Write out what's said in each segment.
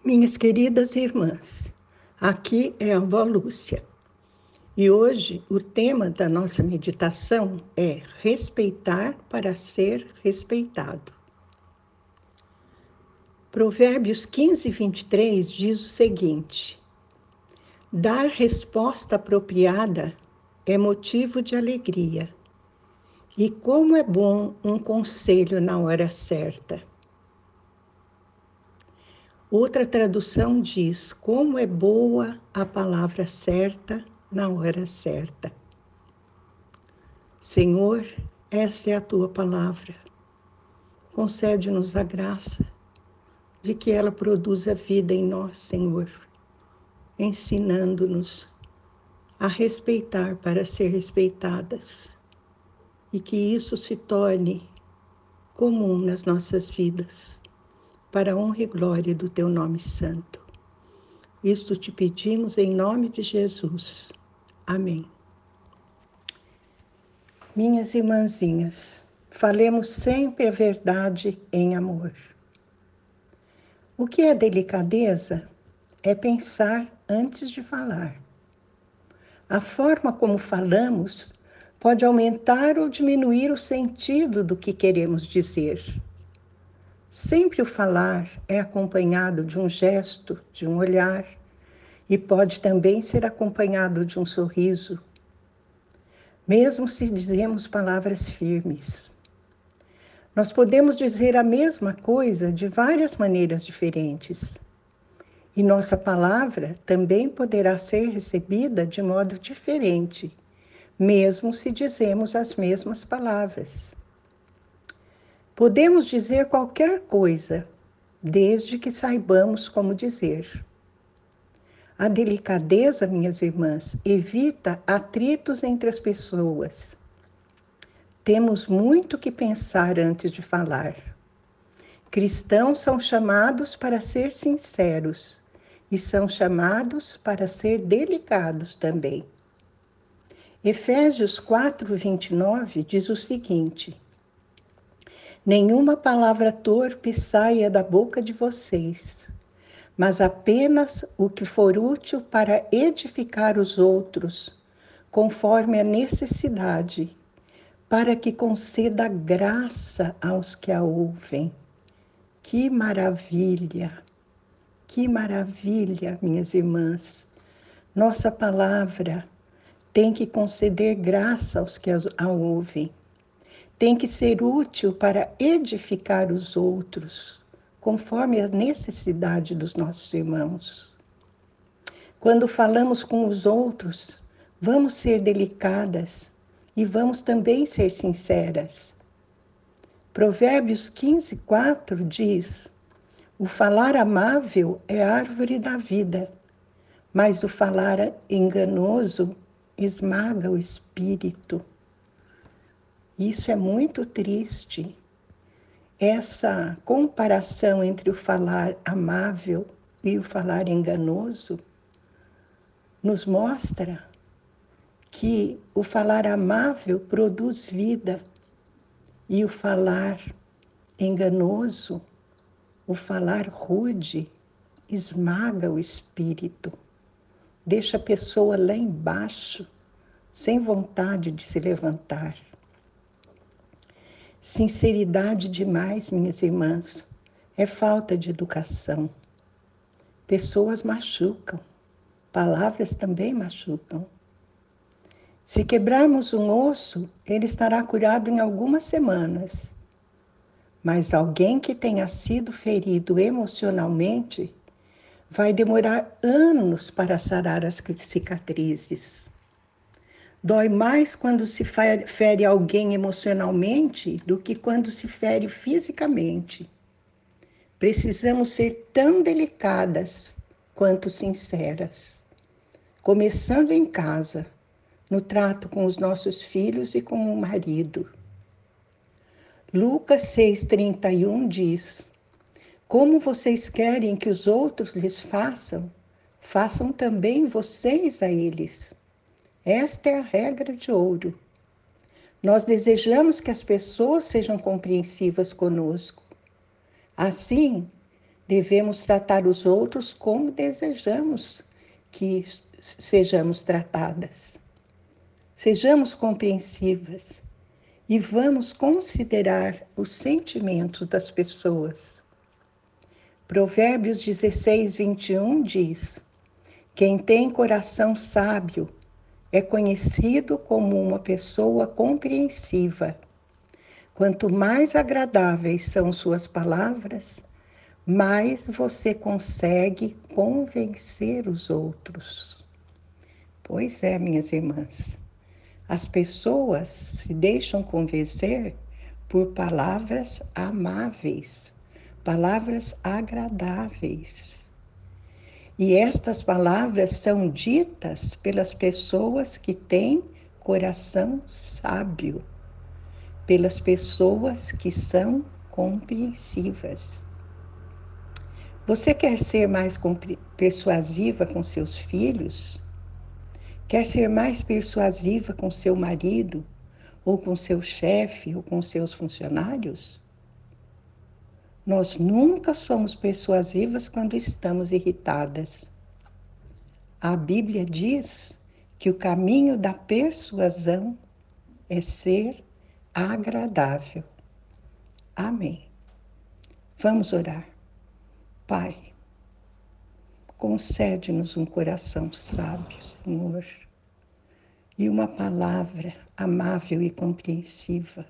Minhas queridas irmãs, aqui é a avó Lúcia e hoje o tema da nossa meditação é respeitar para ser respeitado. Provérbios 15:23 diz o seguinte: dar resposta apropriada é motivo de alegria, e como é bom um conselho na hora certa. Outra tradução diz: como é boa a palavra certa na hora certa. Senhor, essa é a tua palavra. Concede-nos a graça de que ela produza vida em nós, Senhor, ensinando-nos a respeitar para ser respeitadas e que isso se torne comum nas nossas vidas, para a honra e glória do teu nome santo. Isto te pedimos em nome de Jesus. Amém. Minhas irmãzinhas, falemos sempre a verdade em amor. O que é delicadeza? É pensar antes de falar. A forma como falamos pode aumentar ou diminuir o sentido do que queremos dizer. Sempre o falar é acompanhado de um gesto, de um olhar, e pode também ser acompanhado de um sorriso, mesmo se dizemos palavras firmes. Nós podemos dizer a mesma coisa de várias maneiras diferentes. E nossa palavra também poderá ser recebida de modo diferente, mesmo se dizemos as mesmas palavras. Podemos dizer qualquer coisa, desde que saibamos como dizer. A delicadeza, minhas irmãs, evita atritos entre as pessoas. Temos muito que pensar antes de falar. Cristãos são chamados para ser sinceros e são chamados para ser delicados também. Efésios 4:29 diz o seguinte: nenhuma palavra torpe saia da boca de vocês, mas apenas o que for útil para edificar os outros, conforme a necessidade, para que conceda graça aos que a ouvem. Que maravilha! Que maravilha, minhas irmãs! Nossa palavra tem que conceder graça aos que a ouvem. Tem que ser útil para edificar os outros, conforme a necessidade dos nossos irmãos. Quando falamos com os outros, vamos ser delicadas e vamos também ser sinceras. Provérbios 15:4 diz: o falar amável é árvore da vida, mas o falar enganoso esmaga o espírito. Isso é muito triste. Essa comparação entre o falar amável e o falar enganoso nos mostra que o falar amável produz vida e o falar enganoso, o falar rude, esmaga o espírito, deixa a pessoa lá embaixo, sem vontade de se levantar. Sinceridade demais, minhas irmãs, é falta de educação. Pessoas machucam, palavras também machucam. Se quebrarmos um osso, ele estará curado em algumas semanas. Mas alguém que tenha sido ferido emocionalmente vai demorar anos para sarar as cicatrizes. Dói mais quando se fere alguém emocionalmente do que quando se fere fisicamente. Precisamos ser tão delicadas quanto sinceras, começando em casa, no trato com os nossos filhos e com o marido. Lucas 6:31 diz: como vocês querem que os outros lhes façam, façam também vocês a eles. Esta é a regra de ouro. Nós desejamos que as pessoas sejam compreensivas conosco. Assim, Devemos tratar os outros como desejamos que sejamos tratadas. Sejamos compreensivas e vamos considerar os sentimentos das pessoas. Provérbios 16, 21 diz: quem tem coração sábio é conhecido como uma pessoa compreensiva. Quanto mais agradáveis são suas palavras, mais você consegue convencer os outros. Pois é, minhas irmãs, as pessoas se deixam convencer por palavras amáveis, palavras agradáveis. E estas palavras são ditas pelas pessoas que têm coração sábio, pelas pessoas que são compreensivas. Você quer ser mais persuasiva com seus filhos? Quer ser mais persuasiva com seu marido, ou com seu chefe, ou com seus funcionários? Nós nunca somos persuasivas quando estamos irritadas. A Bíblia diz que o caminho da persuasão é ser agradável. Amém. Vamos orar. Pai, concede-nos um coração sábio, Senhor, e uma palavra amável e compreensiva,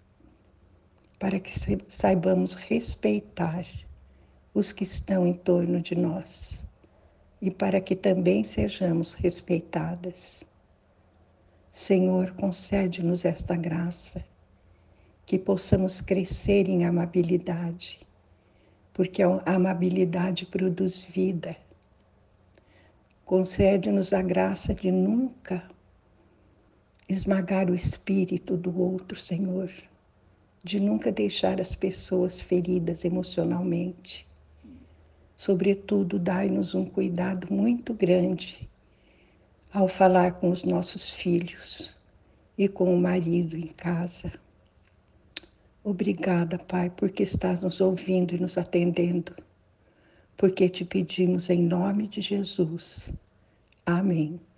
para que saibamos respeitar os que estão em torno de nós e para que também sejamos respeitadas. Senhor, concede-nos esta graça, que possamos crescer em amabilidade, porque a amabilidade produz vida. Concede-nos a graça de nunca esmagar o espírito do outro, Senhor, de nunca deixar as pessoas feridas emocionalmente. Sobretudo, dai-nos um cuidado muito grande ao falar com os nossos filhos e com o marido em casa. Obrigada, Pai, porque estás nos ouvindo e nos atendendo, porque te pedimos em nome de Jesus. Amém.